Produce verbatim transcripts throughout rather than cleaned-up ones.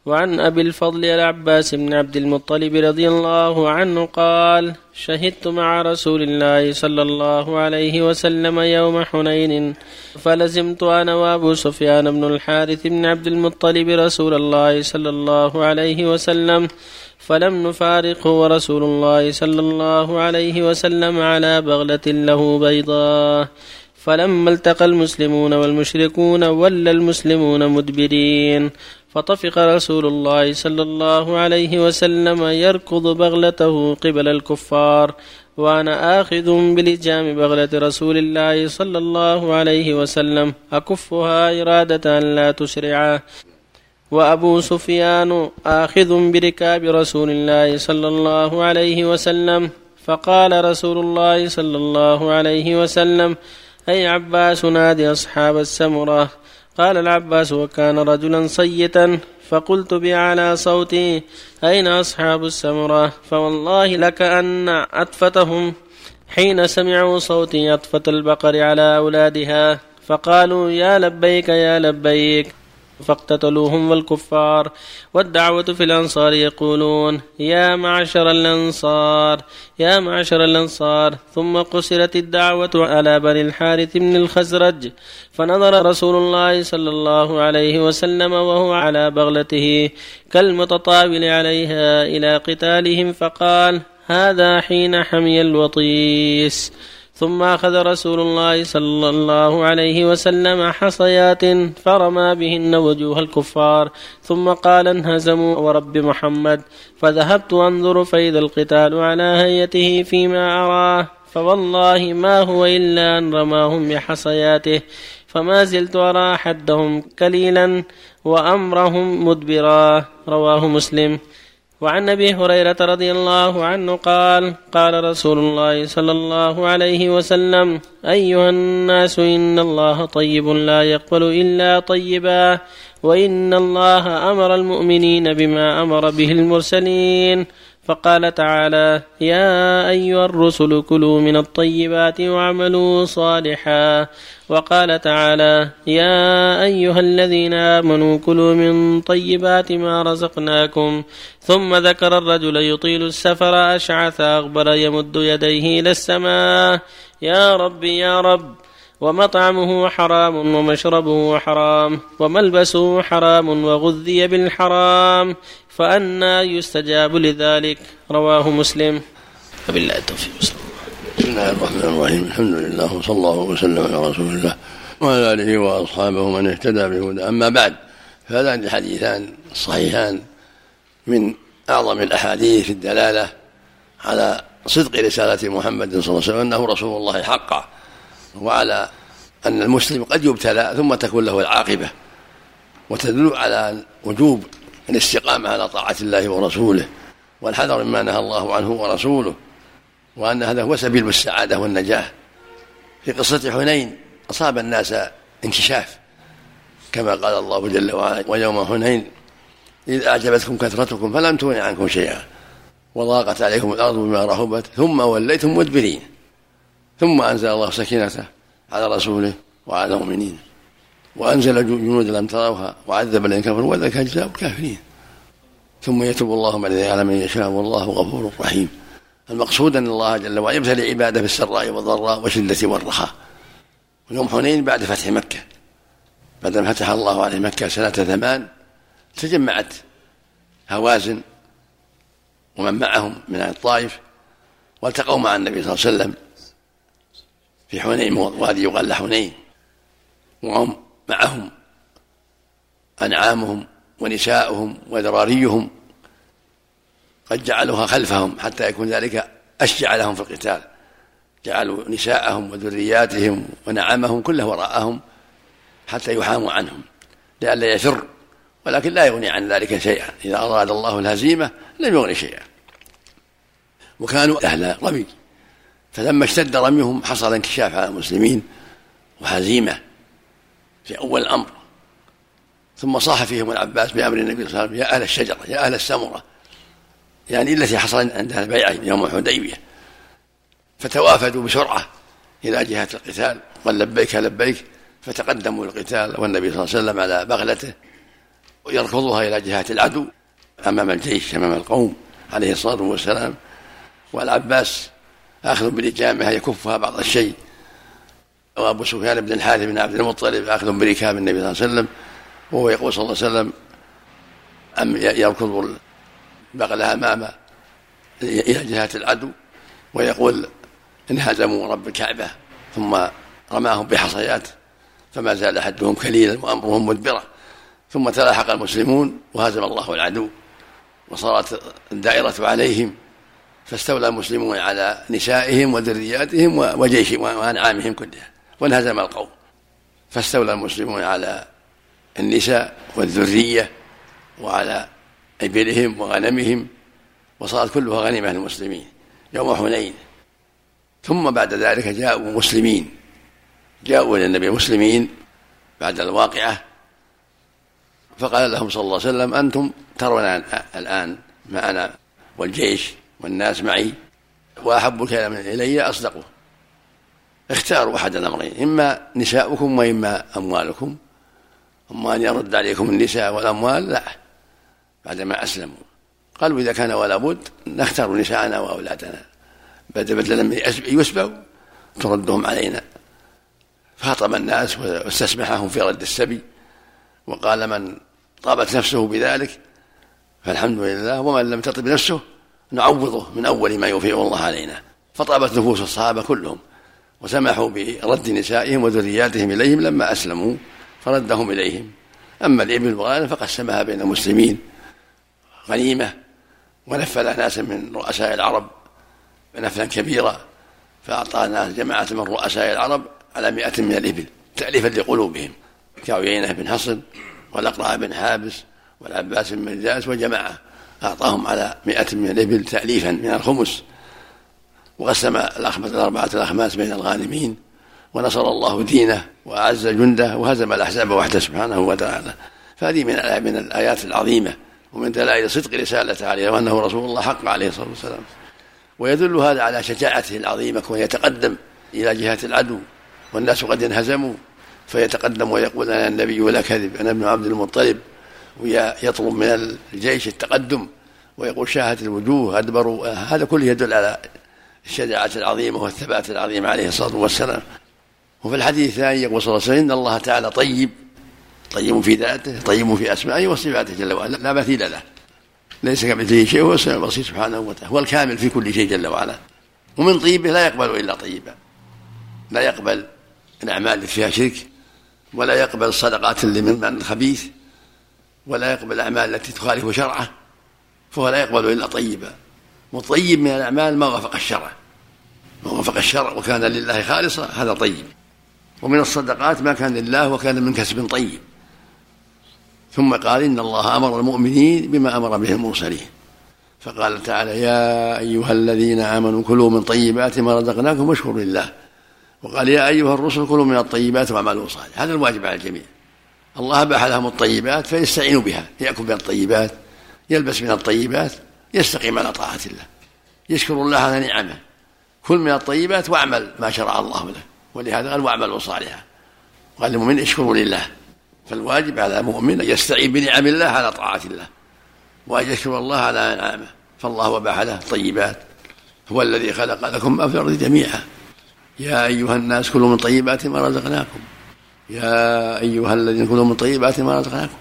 وعن أبي الفضل العباس بن عبد المطلب رضي الله عنه قال: شهدت مع رسول الله صلى الله عليه وسلم يوم حنين، فلزمت أنا وأبو سفيان بن الحارث بن عبد المطلب رسول الله صلى الله عليه وسلم، فلم نفارقه، ورسول الله صلى الله عليه وسلم على بغلة له بيضاء. فلما التقى المسلمون والمشركون ولى المسلمون مدبرين، فطفق رسول الله صلى الله عليه وسلم يركض بغلته قبل الكفار، وأنا آخذ بلجام بغلة رسول الله صلى الله عليه وسلم أكفها إرادة أن لا تسرعه، وأبو سفيان آخذ بركاب رسول الله صلى الله عليه وسلم. فقال رسول الله صلى الله عليه وسلم: أي عباس نادي أصحاب السمرة. قال العباس وكان رجلا صيتا، فقلت بأعلى صوتي: أين أصحاب السمرة؟ فوالله لكأن أطفتهم حين سمعوا صوتي أطفة البقر على أولادها، فقالوا: يا لبيك يا لبيك، فاقتتلوهم والكفار. والدعوة في الأنصار يقولون: يا معشر الأنصار يا معشر الأنصار. ثم قصرت الدعوة على بني الحارث بن الخزرج، فنظر رسول الله صلى الله عليه وسلم وهو على بغلته كالمتطاول عليها إلى قتالهم، فقال: هذا حين حمي الوطيس. ثم أخذ رسول الله صلى الله عليه وسلم حصيات فرمى بهن وجوه الكفار، ثم قال: انهزموا ورب محمد. فذهبت أنظر فإذا القتال على هيئته فيما أراه، فوالله ما هو إلا أن رماهم بحصياته، فما زلت أرى حدهم كليلا وأمرهم مدبرا. رواه مسلم. وعن أبي هريرة رضي الله عنه قال: قال رسول الله صلى الله عليه وسلم: أيها الناس، إن الله طيب لا يقبل إلا طيبا، وإن الله أمر المؤمنين بما أمر به المرسلين. فقال تعالى: يا أيها الرسل كلوا من الطيبات واعملوا صالحا. وقال تعالى: يا أيها الذين آمنوا كلوا من طيبات ما رزقناكم. ثم ذكر الرجل يطيل السفر أشعث أغبر يمد يديه إلى السماء: يا رب يا رب، ومطعمه حرام ومشربه حرام وملبسه حرام وغذي بالحرام، فأنى يستجاب لذلك. رواه مسلم. وبالله التوفيق. بسم الله الرحمن الرحيم. الحمد لله وصلى الله وسلم على رسول الله وعلى آله وأصحابه من اهتدى بهداه. أما بعد، فهذان الحديثان الصحيحان من أعظم الأحاديث الدلالة على صدق رسالة محمد صلى الله عليه وسلم، أنه رسول الله حقا، وعلى أن المسلم قد يبتلى ثم تكون له العاقبة، وتدل على وجوب الاستقامة على طاعة الله ورسوله والحذر مما نهى الله عنه ورسوله، وأن هذا هو سبيل السعادة والنجاة. في قصة حنين أصاب الناس انكشاف، كما قال الله جل وعلا: ويوم حنين إذ أعجبتكم كثرتكم فلم تغن عنكم شيئا وضاقت عليكم الأرض بما رحبت ثم وليتم مدبرين. ثم أنزل الله سكينته على رسوله وعلى المؤمنين، وأنزل جنود لم تروها وعذب الذين كفروا وذلك جزاء الكافرين. ثم يتوب الله من على من يشاء والله غفور رحيم. المقصود أن الله جل وعلا يبتلي عباده في السراء والضراء والشدة والرخاء. ويوم حنين بعد فتح مكة، بعد ما فتح الله عليه مكة سنة ثمان، تجمعت هوازن ومن معهم من الطائف والتقوا مع النبي صلى الله عليه وسلم في حنين، وادي يقال له حنين، وهم معهم أنعامهم ونساؤهم وذراريهم قد جعلوها خلفهم حتى يكون ذلك أشجع لهم في القتال. جعلوا نساءهم وذرياتهم ونعمهم كله وراءهم حتى يحاموا عنهم لئلا يفر، ولكن لا يغني عن ذلك شيئا. إذا أراد الله الهزيمة لم يغني شيئا. وكانوا أهل رمي، فلما اشتد رميهم حصل انكشاف على المسلمين وهزيمة في أول الأمر. ثم صاح فيهم العباس بأمر النبي صلى الله عليه وسلم: يا أهل الشجرة يا أهل السمرة، يعني التي حصل عندها البيعة يوم الحديبية. فتوافدوا بسرعة إلى جهة القتال، قال: لبيك لبيك، فتقدموا القتال والنبي صلى الله عليه وسلم على بغلته ويركضها إلى جهة العدو أمام الجيش أمام القوم عليه الصلاة والسلام. والعباس آخذ بلجامها يكفها بعض الشيء، وأبو سفيان بن الحارث بن عبد المطلب آخذ بركاب النبي صلى الله عليه وسلم، وهو يقول صلى الله عليه وسلم أم يركض بغلها أمامه إلى جهة العدو ويقول إن هزموا رب الكعبة، ثم رماهم بحصيات فما زال حدهم كليلا وأمرهم مدبرة، ثم تلاحق المسلمون وهزم الله العدو وصارت الدائرة عليهم، فاستولى المسلمون على نسائهم وذرياتهم وجيشهم وأنعامهم كلها وانهزم القوم، فاستولى المسلمون على النساء والذرية وعلى إبلهم وغنمهم، وصارت كلها غنيمة للمسلمين يوم حنين. ثم بعد ذلك جاءوا مسلمين، جاءوا إلى النبي مسلمين بعد الواقعة، فقال لهم صلى الله عليه وسلم أنتم ترون الآن معنا والجيش والناس معي، وأحب الكلام إلي أصدقه، اختاروا أحد الأمرين، إما نساؤكم وإما أموالكم. أما أن يرد عليكم النساء والأموال لا بعدما أسلموا. قالوا إذا كان ولا بد نختار نساءنا وأولادنا بدلا من يسبوا تردهم علينا. فخطب الناس واستسمحهم في رد السبي، وقال من طابت نفسه بذلك فالحمد لله، ومن لم تطب نفسه نعوضه من أول ما يوفيه الله علينا. فطابت نفوس الصحابة كلهم وسمحوا برد نسائهم وذرياتهم إليهم لما أسلموا فردهم إليهم. أما الإبل والغنم فقسمها بين المسلمين غنيمة، ونفل ناس من رؤساء العرب نفلا كبيرا، فأعطى ناس جماعة من رؤساء العرب على مئة من الإبل تأليفا لقلوبهم، كعيينة بن حصن والأقرع بن حابس والعباس بن مجاز وجماعة، أعطاهم على مئة من الإبل تأليفا من الخمس. وقسم الأربعة الأخماس بين الغانمين، ونصر الله دينه وأعز جنده وهزم الأحزاب وحده سبحانه وتعالى. فهذه من من الآيات العظيمة ومن دلائل صدق رسالته عليه وأنه رسول الله حق عليه الصلاة والسلام. ويدل هذا على شجاعته العظيمة، كون يتقدم إلى جهة العدو والناس قد انهزموا فيتقدم ويقول أنا النبي ولا كذب، أنا ابن عبد المطلب، ويطلب من الجيش التقدم ويقول شاهت الوجوه أدبروا. هذا كله يدل على الشجاعة العظيمة والثبات العظيم عليه الصلاة والسلام. وفي الحديث الثاني يقول صلى الله عليه وسلم إن الله تعالى طيب، طيب في ذاته، طيب في أسمائه وصفاته جل وعلا، لا مثيل له، ليس كمثله شيء، هو السميع البصير سبحانه وتعالى، هو الكامل في كل شيء جل وعلا. ومن طيبه لا يقبل إلا طيبا، لا يقبل الأعمال التي فيها شرك، ولا يقبل الصدقات اللي من معنى الخبيث، ولا يقبل الأعمال التي تخالف شرعه، فهو لا يقبل إلا طيبا. والطيب من الأعمال ما وافق الشرع، ما وافق الشرع وكان لله خالصا هذا طيب. ومن الصدقات ما كان لله وكان من كسب طيب. ثم قال إن الله أمر المؤمنين بما أمر به المرسلين، فقال تعالى يا أيها الذين آمنوا كلوا من طيبات ما رزقناكم واشكروا لله. وقال يا أيها الرسل كلوا من الطيبات واعملوا صالحا. هذا الواجب على الجميع. الله أباح لهم الطيبات فيستعينوا بها، يأكل من الطيبات، يلبس من الطيبات، يستقيم على طاعة الله، يشكر الله على نعمه. كل من الطيبات واعمل ما شرع الله له، ولهذا قال واعملوا صالحا. قال المؤمن اشكروا لله. فالواجب على المؤمن أن يستعين بنعم الله على طاعة الله، وأن يشكر الله على نعمه. فالله أباح له الطيبات، هو الذي خلق لكم ما في الأرض جميعا. يا أيها الناس كلوا من طيبات ما رزقناكم، يا أيها الذين كلوا من طيبات ما رزقناكم.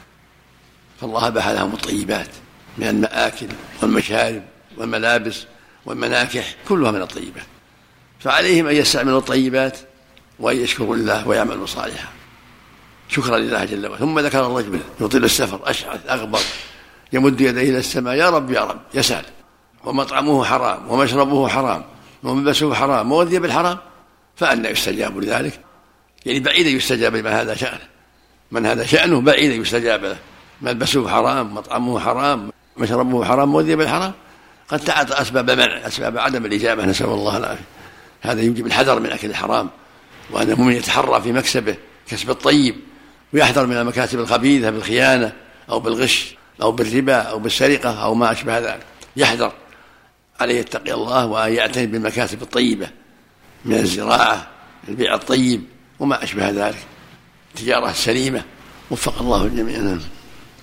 فالله أباح لهم الطيبات من المآكل والمشارب والملابس والمناكح، كلها من الطيبات. فعليهم أن يستعملوا الطيبات وأن يشكروا الله ويعملوا صالحا شكرا لله جل وعلا. ثم ذكر الرجل يطيل السفر أشعث أغبر يمد يديه إلى السماء يا رب يا رب، يسأل، ومطعمه حرام ومشربه حرام وملبسه حرام وغذي بالحرام، فأنى يستجاب لذلك؟ يعني بعيد يستجاب لمن هذا شأنه، من هذا شأنه بعيد يستجاب له. ملبسه حرام، مطعمه حرام، مشربه حرام، وغذي بالحرام. قد تعطى أسباب منع، أسباب عدم الإجابة، نسأل الله العافية. هذا يجب الحذر من أكل الحرام، وأن المؤمن يتحرى في مكسبه كسب الطيب، ويحذر من المكاسب الخبيثة بالخيانة أو بالغش أو بالربا أو بالسرقة أو ما أشبه ذلك. يحذر، عليه يتقي الله وأن يعتني بالمكاسب الطيبة من الزراعة، البيع الطيب وما أشبه ذلك، التجارة السليمة. وفق الله الجميع.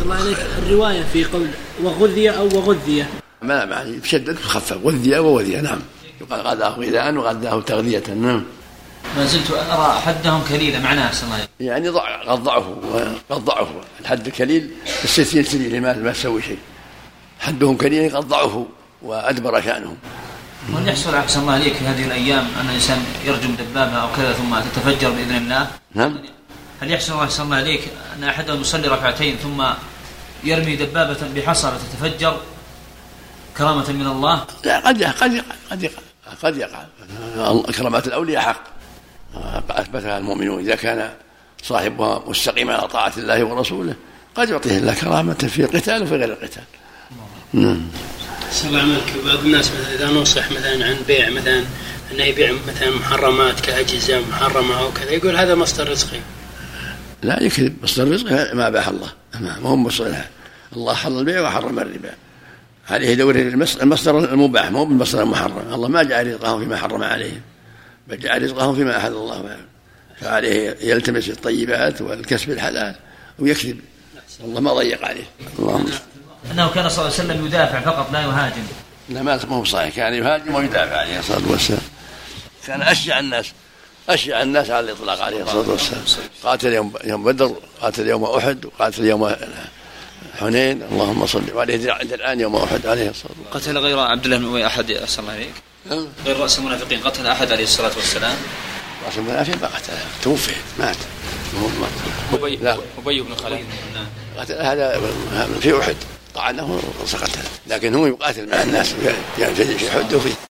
الله عليك الرواية في قول وغذي أو وغذية ما معنى بشدة تخفف غذي وغذية. نعم يقال غذاه غذاء وغذاه تغذية. نعم. ما زلت أرى حدهم كليلا معناه أحسن الله يعني قضعه قضعه الحد الكليل الستين سنين ما ما تسوي شيء. حدهم كليل قضعه وأدبر شأنهم. وهل يحصل أحسن الله عليك في هذه الأيام أن الإنسان يرجم دبابة أو كذا ثم تتفجر بإذن الله؟ نعم. هل يحصل أحسن الله عليك أن أحدهم يصلي ركعتين ثم يرمي دبابة بحصى تتفجر كرامة من الله؟ لا قد يقع قد يقع قد يقع قد يقع. كرامات الأولياء حق أثبتها المؤمنون. إذا كان صاحبها مستقيم على طاعة الله ورسوله قد يعطيه الله كرامة في القتال وفي غير القتال. نعم. سبع ملك بعض الناس مثلا إذا نصح مثلا عن بيع مثلا أنه يبيع مثلا محرمات كأجهزة محرمة أو كذا يقول هذا مصدر رزقي. لا يكذب. مصدر رزقه ما أباح الله. ما هم مصدرها. الله حل البيع وحرم الربا. عليه دور المصدر المباح مو بالمصدر المحرم. الله ما جعل رزقهم فيما حرم عليهم بل جعل رزقهم فيما أحل الله بهم. فعليه يلتمس الطيبات والكسب الحلال ويكذب. الله ما ضيق عليه. اللهم أنه كان صلى الله عليه وسلم يدافع فقط لا يهاجم. لا ما هو صحيح. كان يهاجم ويدافع عليه الصلاة والسلام. كان أشجع الناس أشجع الناس على الإطلاق عليه الصلاة والسلام. قاتل يوم يوم بدر قاتل يوم أحد وقاتل يوم حنين. اللهم صل عليه الآن يوم أحد عليه الصلاة والسلام. قتل غير عبد الله بن أبي أحد أحسن الله عليك غير رأس المنافقين قتل أحد عليه الصلاة والسلام. رأس المنافقين ما قتله توفي مات. أبي أبي بن خلف قتل هذا في أحد طعنه وسقطه لكن هو يقاتل مع الناس في حد وفيه